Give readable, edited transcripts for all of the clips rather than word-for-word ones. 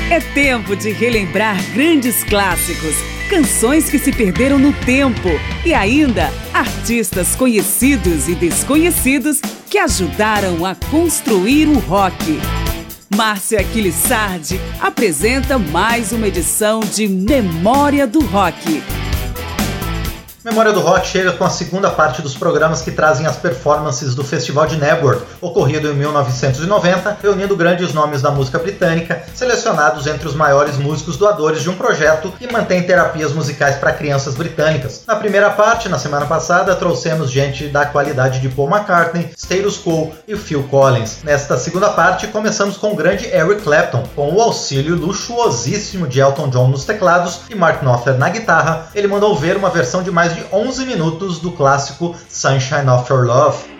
É tempo de relembrar grandes clássicos, canções que se perderam no tempo e ainda artistas conhecidos e desconhecidos que ajudaram a construir o rock. Márcia Aquilissardi apresenta mais uma edição de Memória do Rock. Memória do Rock chega com a segunda parte dos programas que trazem as performances do Festival de Knebworth, ocorrido em 1990, reunindo grandes nomes da música britânica, selecionados entre os maiores músicos doadores de um projeto que mantém terapias musicais para crianças britânicas. Na primeira parte, na semana passada, trouxemos gente da qualidade de Paul McCartney, Status Quo e Phil Collins. Nesta segunda parte, começamos com o grande Eric Clapton, com o auxílio luxuosíssimo de Elton John nos teclados e Mark Knopfler na guitarra. Ele mandou ver uma versão de mais de 11 minutos do clássico Sunshine of Your Love.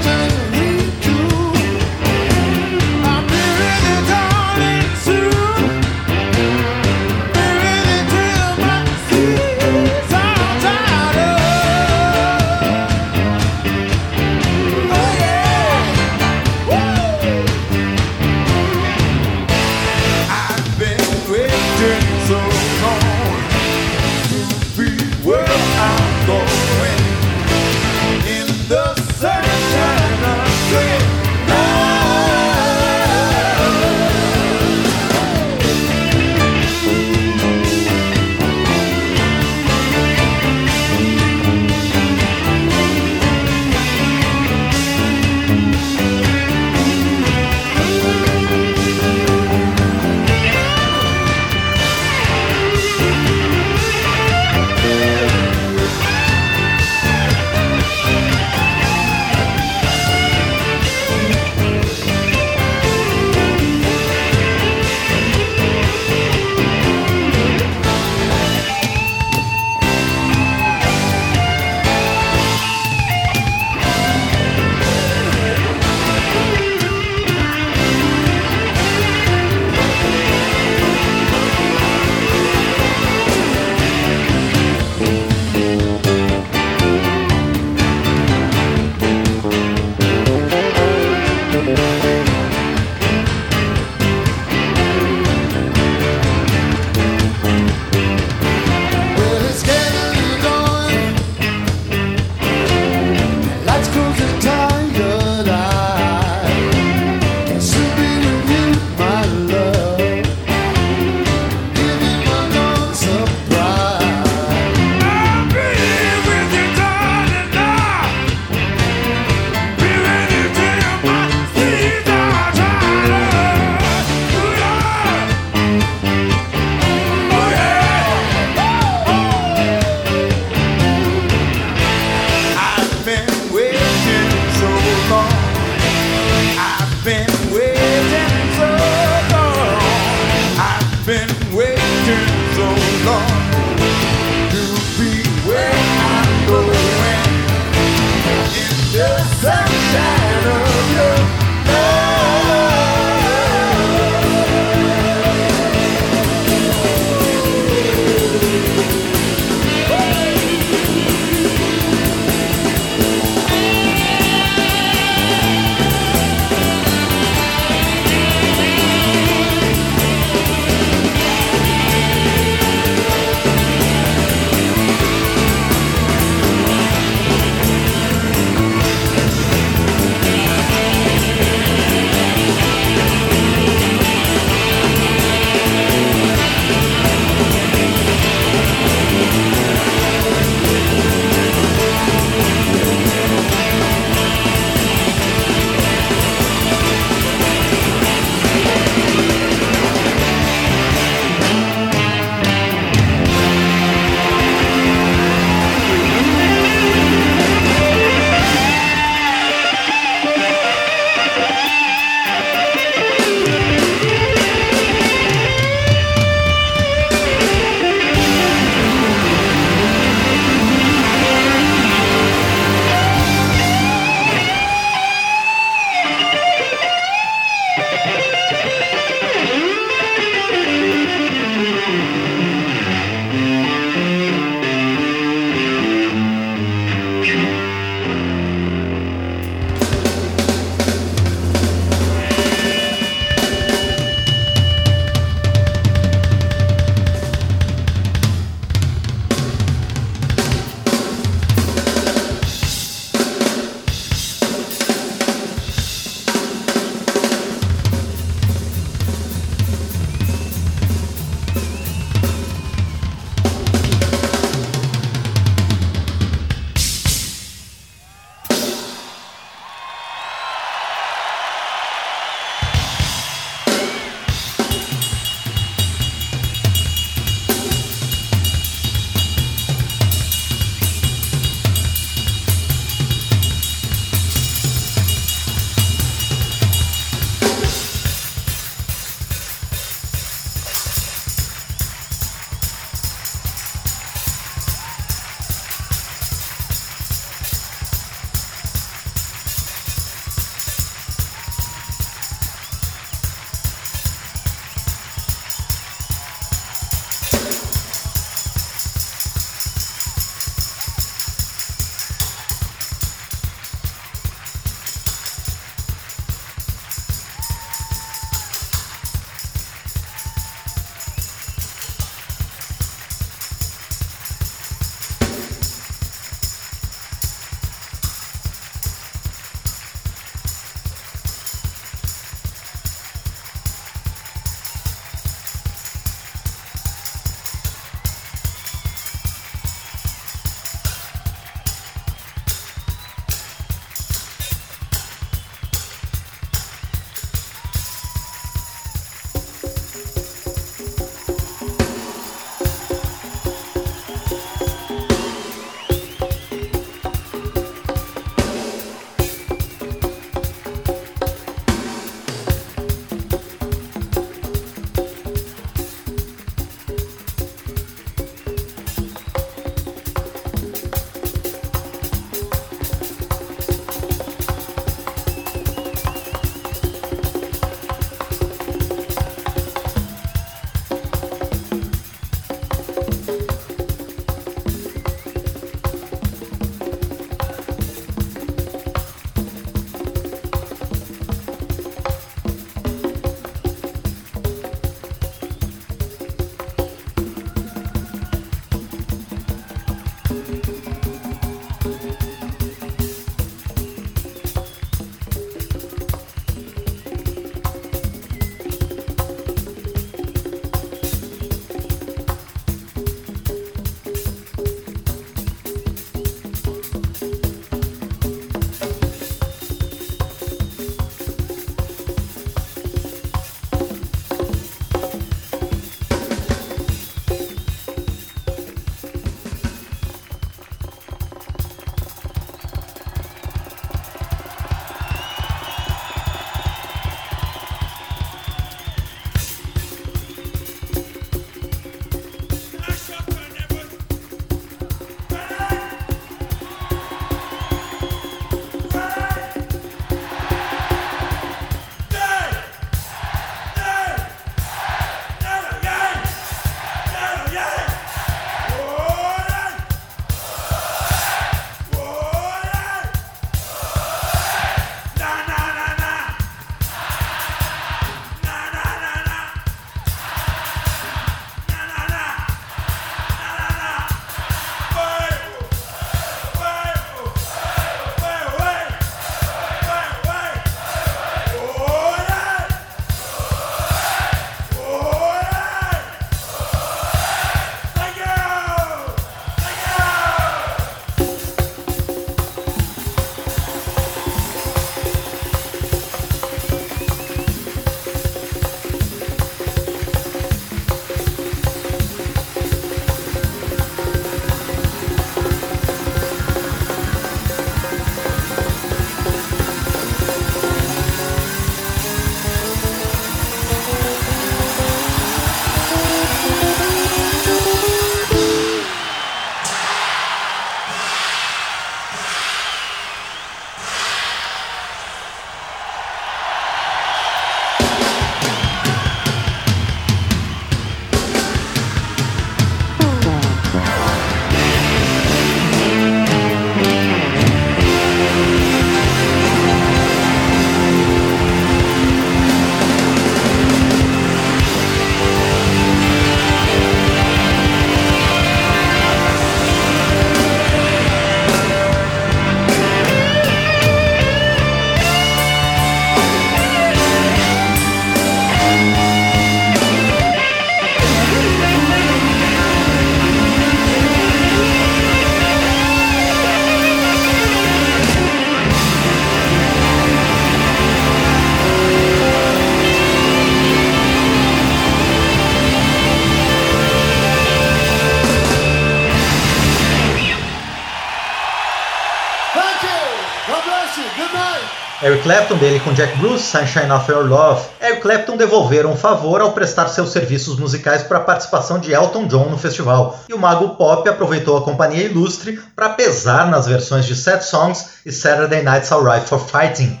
Eric Clapton dele com Jack Bruce, Sunshine of Your Love. Eric Clapton devolveram um favor ao prestar seus serviços musicais para a participação de Elton John no festival, e o mago pop aproveitou a companhia ilustre para pesar nas versões de Sad Songs e Saturday Night's Alright for Fighting.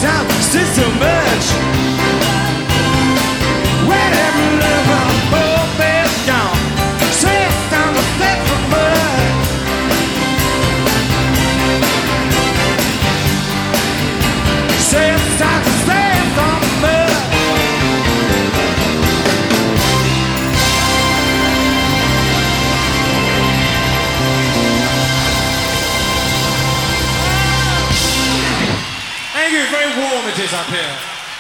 sound still so much. Whatever love on both is gone. Say it's time to step for mud. Say it's time to step for mud. Thank you, very warm it is up here.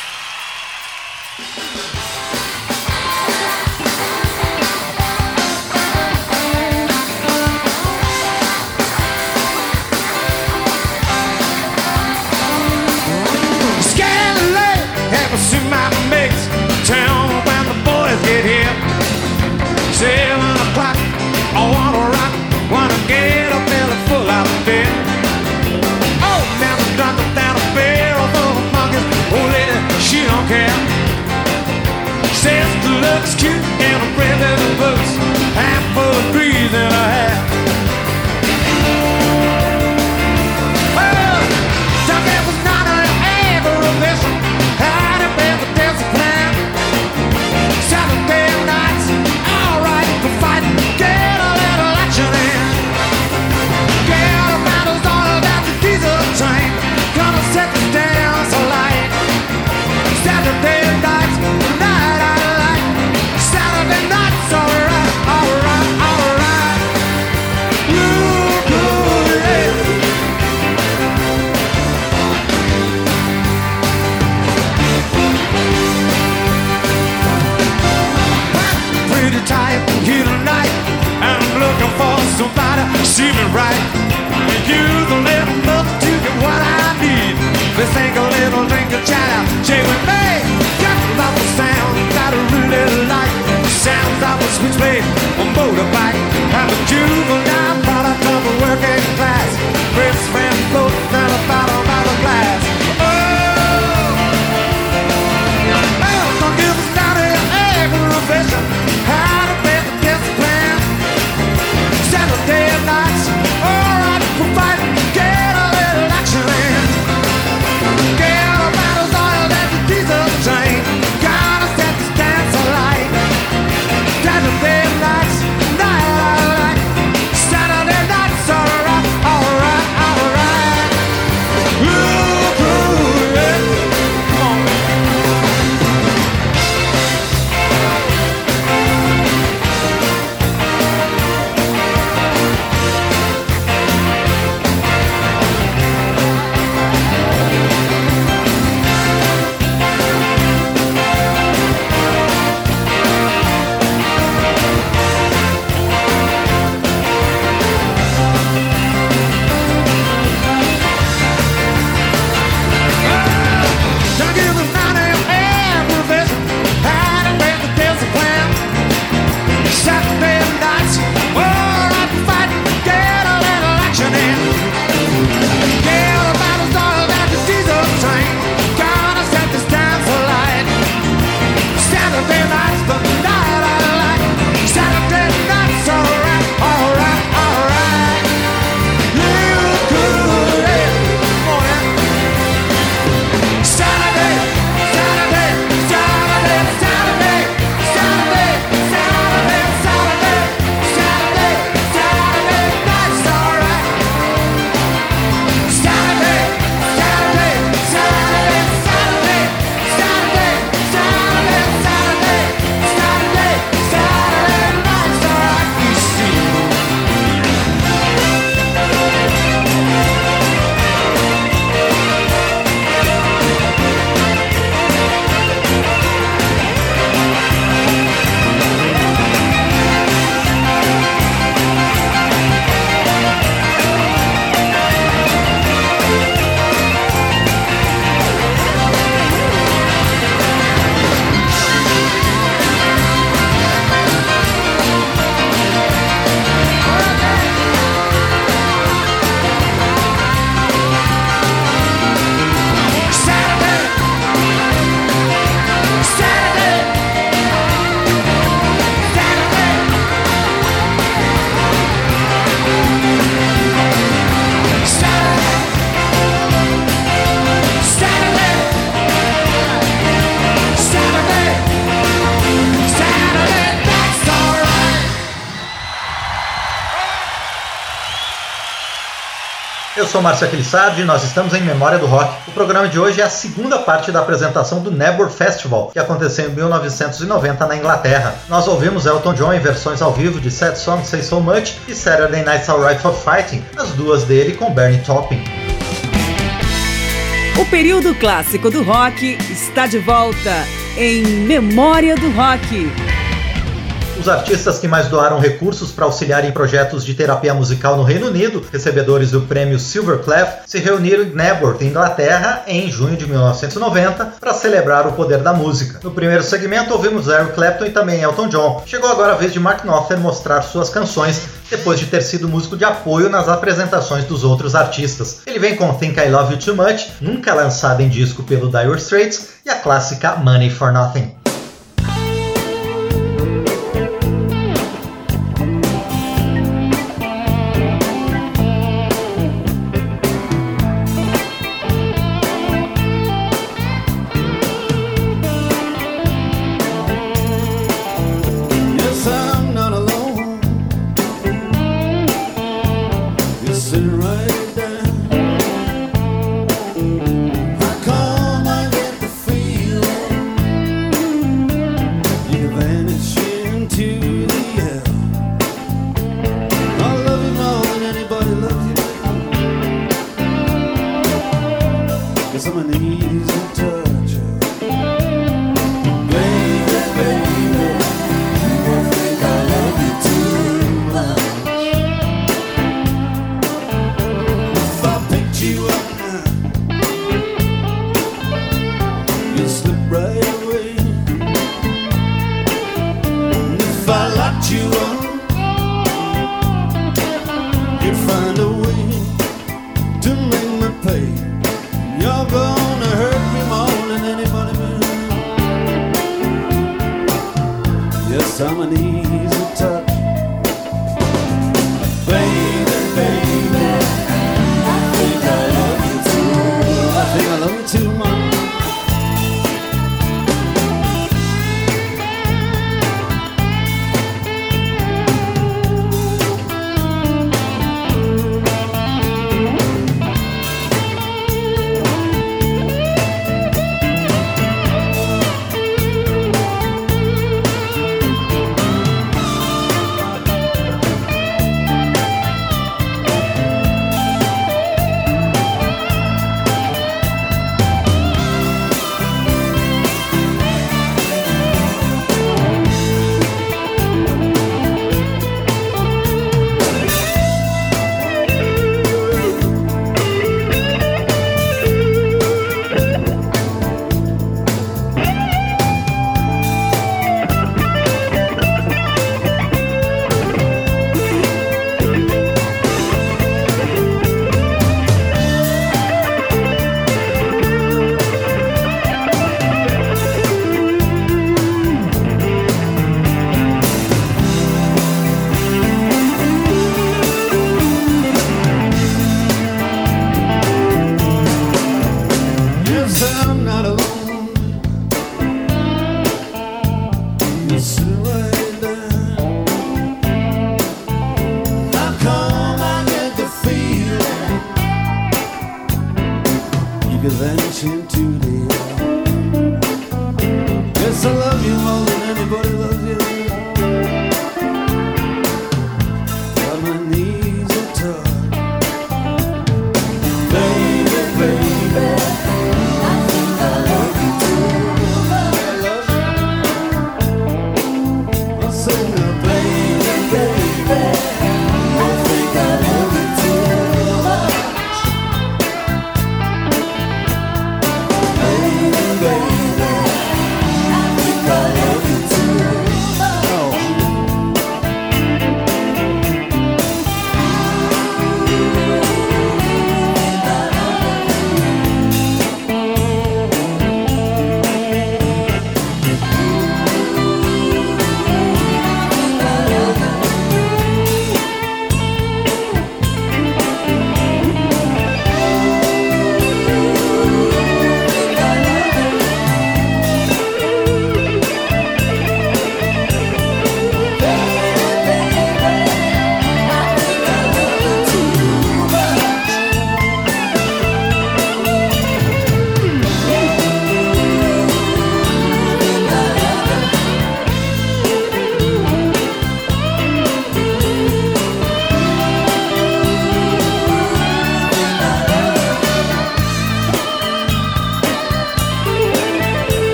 See my mix, town when the boys get here. 7 o'clock, I wanna rock, wanna get a belly full out of bed. Oh, now the drunker down a barrel full of monkeys. Oh, lady, she don't care. Says the looks cute and a brand new boots, half full of grease in her hair. Well, Duncan was not an aggravation. Saturday nights, alright for fighting. Get a little action in. Get a battle's all about the diesel train. Gonna set the dance alight. Saturday nights, the night I like. Saturday nights, alright, alright, alright. Look good, yeah. Pretty tired here tonight, and I'm looking for somebody to see me right. And you're the little enough to get what I need. Let's take a little drink of china, shake with me. Got to love the sound that I really like. The sounds of a switchblade, a motorbike. I'm a juvenile product of a working class. Prince fan float down the bottom of a glass. Don't give us not an aggravation. How to make the discipline. Saturday nights, alright for fighting. Get a little action in. Eu sou Márcio Aquilissardi e nós estamos em Memória do Rock. O programa de hoje é a segunda parte da apresentação do Nebworth Festival, que aconteceu em 1990 na Inglaterra. Nós ouvimos Elton John em versões ao vivo de Sad Songs Say So Much e Saturday Night's Alright for Fighting, as duas dele com Bernie Taupin. O período clássico do rock está de volta em Memória do Rock. Os artistas que mais doaram recursos para auxiliar em projetos de terapia musical no Reino Unido, recebedores do prêmio Silverclef, se reuniram em Nebworth, Inglaterra, em junho de 1990, para celebrar o poder da música. No primeiro segmento, ouvimos Eric Clapton e também Elton John. Chegou agora a vez de Mark Knopfler mostrar suas canções, depois de ter sido músico de apoio nas apresentações dos outros artistas. Ele vem com Think I Love You Too Much, nunca lançada em disco pelo Dire Straits, e a clássica Money for Nothing.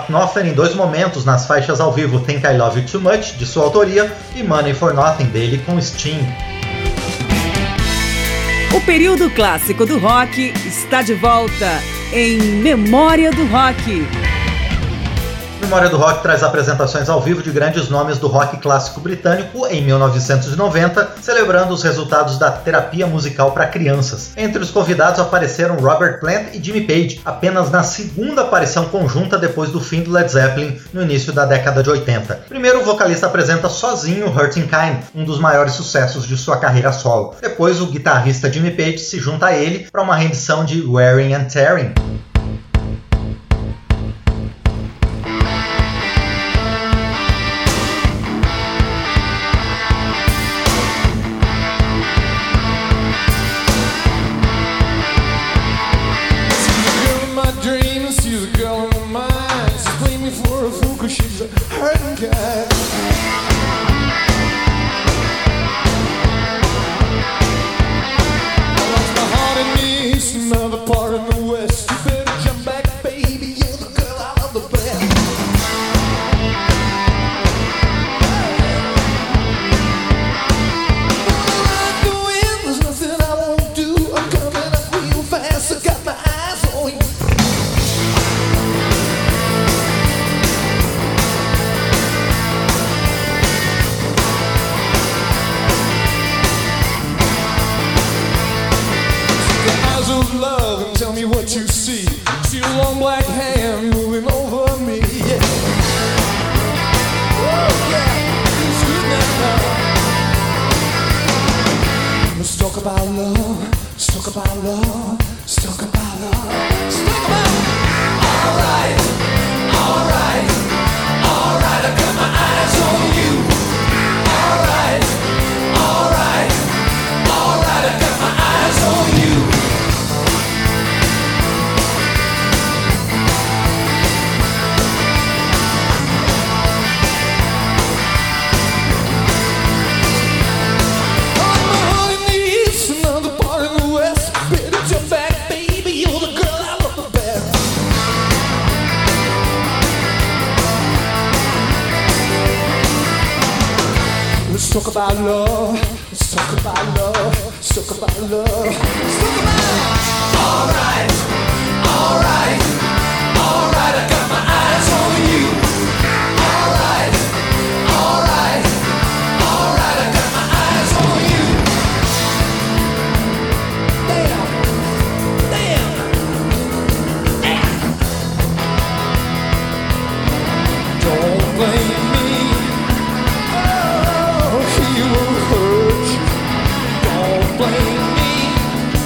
Got Nothing em 2 momentos nas faixas ao vivo Think I Love You Too Much, de sua autoria, e Money for Nothing, dele com Sting. O período clássico do rock está de volta em Memória do Rock. Memória do Rock traz apresentações ao vivo de grandes nomes do rock clássico britânico em 1990, celebrando os resultados da terapia musical para crianças. Entre os convidados apareceram Robert Plant e Jimmy Page, apenas na segunda aparição conjunta depois do fim do Led Zeppelin no início da década de 80. Primeiro, o vocalista apresenta sozinho Hurting Kind, um dos maiores sucessos de sua carreira solo. Depois, o guitarrista Jimmy Page se junta a ele para uma rendição de Wearing and Tearing. She's a hurting guy. I lost my heart in the east, another part in the west. You better jump back, baby. You're the girl I love the best. I go in, there's nothing I won't do. I'm coming up real fast. I got my eyes on you. Of love and tell me what you see. See a long black hand moving over me. Yeah. Woo, yeah. It's good now. Let's talk about love. Let's talk about love. Let's talk about love. Let's talk about. Alright, alright, alright. I got my eyes on you. Alright, alright, alright. I got my eyes on you. Let's talk about love. Let's talk about love. Let's talk about love. Let's talk about. Alright, alright, alright. I got my eyes on you. Alright, alright, alright. I got my eyes on you. Damn, damn, damn. Don't blame me. He will hurt you. Don't blame me.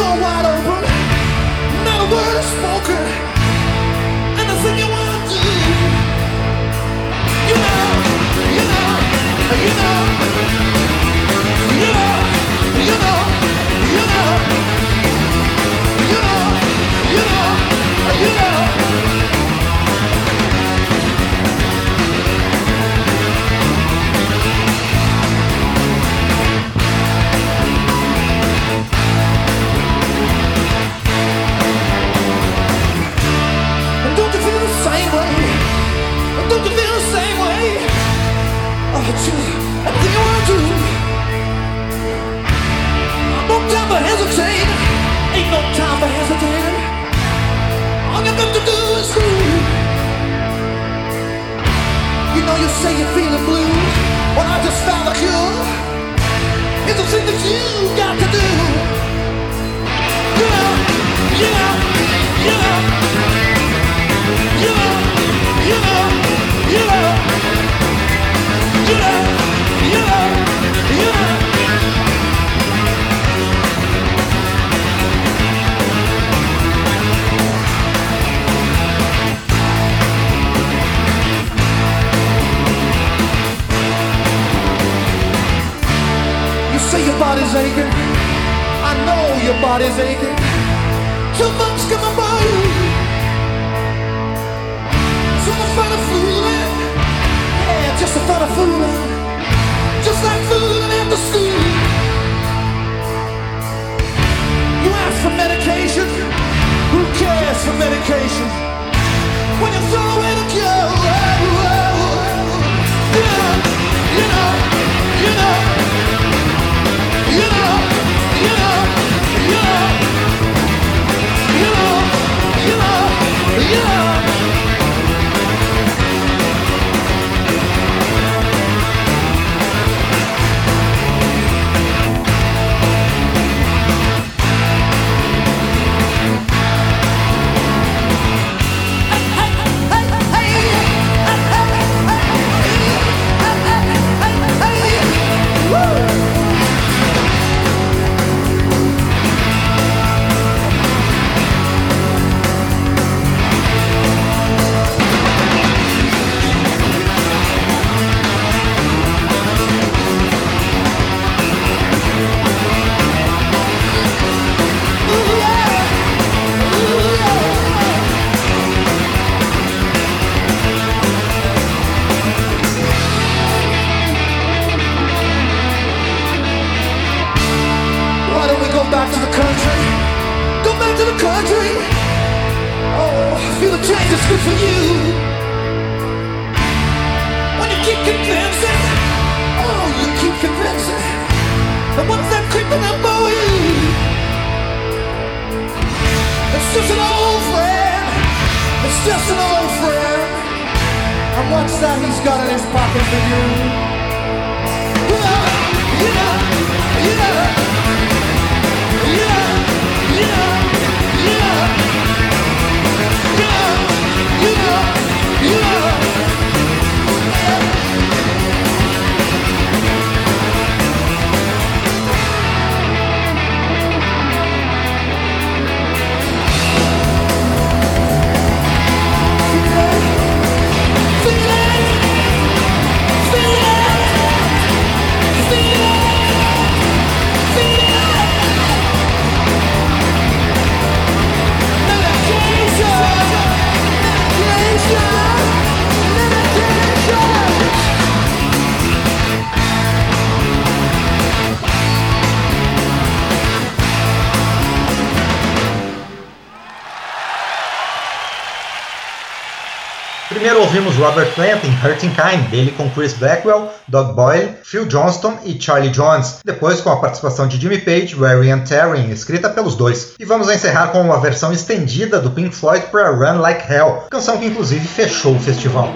door wide open, not a word is spoken. Anything you wanna do, you know, you know, you know, you know, you know, you know, you know, you know, you know. Don't you feel the same way? Don't you feel the same way? Oh, everything you wanna do. No time for hesitate. Ain't no time for hesitate. All you got to do is groove. You know you say you're feeling blue. Well, I just found a cure. It's the thing that you got to do. You know, you know, you know. You know, you know, you know, you know, you know, you know. You say your body's aching. I know your body's aching. Too much coming by you. Fun of fooling, yeah, just a fun of fooling, just like fooling after school. You ask for medication, who cares for medication? When you throw away the cure, you know, you know, you know, you know, you know, you know, you know, you know, you know. Primeiro ouvimos Robert Plant em Hurting Kind, dele com Chris Blackwell, Doug Boyle, Phil Johnston e Charlie Jones, depois com a participação de Jimmy Page, Weary and Tearing, escrita pelos dois. E vamos encerrar com uma versão estendida do Pink Floyd para Run Like Hell, canção que inclusive fechou o festival.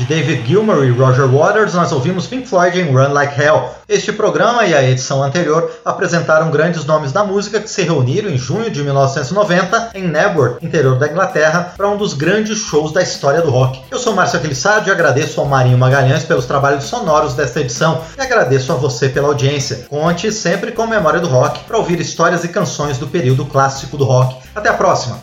De David Gilmour e Roger Waters, nós ouvimos Pink Floyd em Run Like Hell. Este programa e a edição anterior apresentaram grandes nomes da música que se reuniram em junho de 1990 em Nebworth, interior da Inglaterra, para um dos grandes shows da história do rock. Eu sou Márcio Aquilissardi e agradeço ao Marinho Magalhães pelos trabalhos sonoros desta edição e agradeço a você pela audiência. Conte sempre com Memória do Rock para ouvir histórias e canções do período clássico do rock. Até a próxima!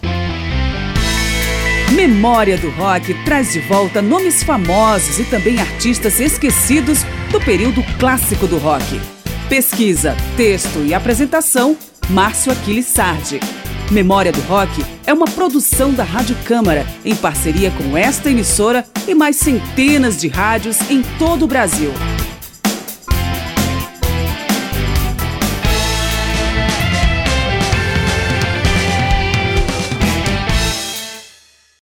Memória do Rock traz de volta nomes famosos e também artistas esquecidos do período clássico do rock. Pesquisa, texto e apresentação, Márcio Aquilissardi. Memória do Rock é uma produção da Rádio Câmara, em parceria com esta emissora e mais centenas de rádios em todo o Brasil.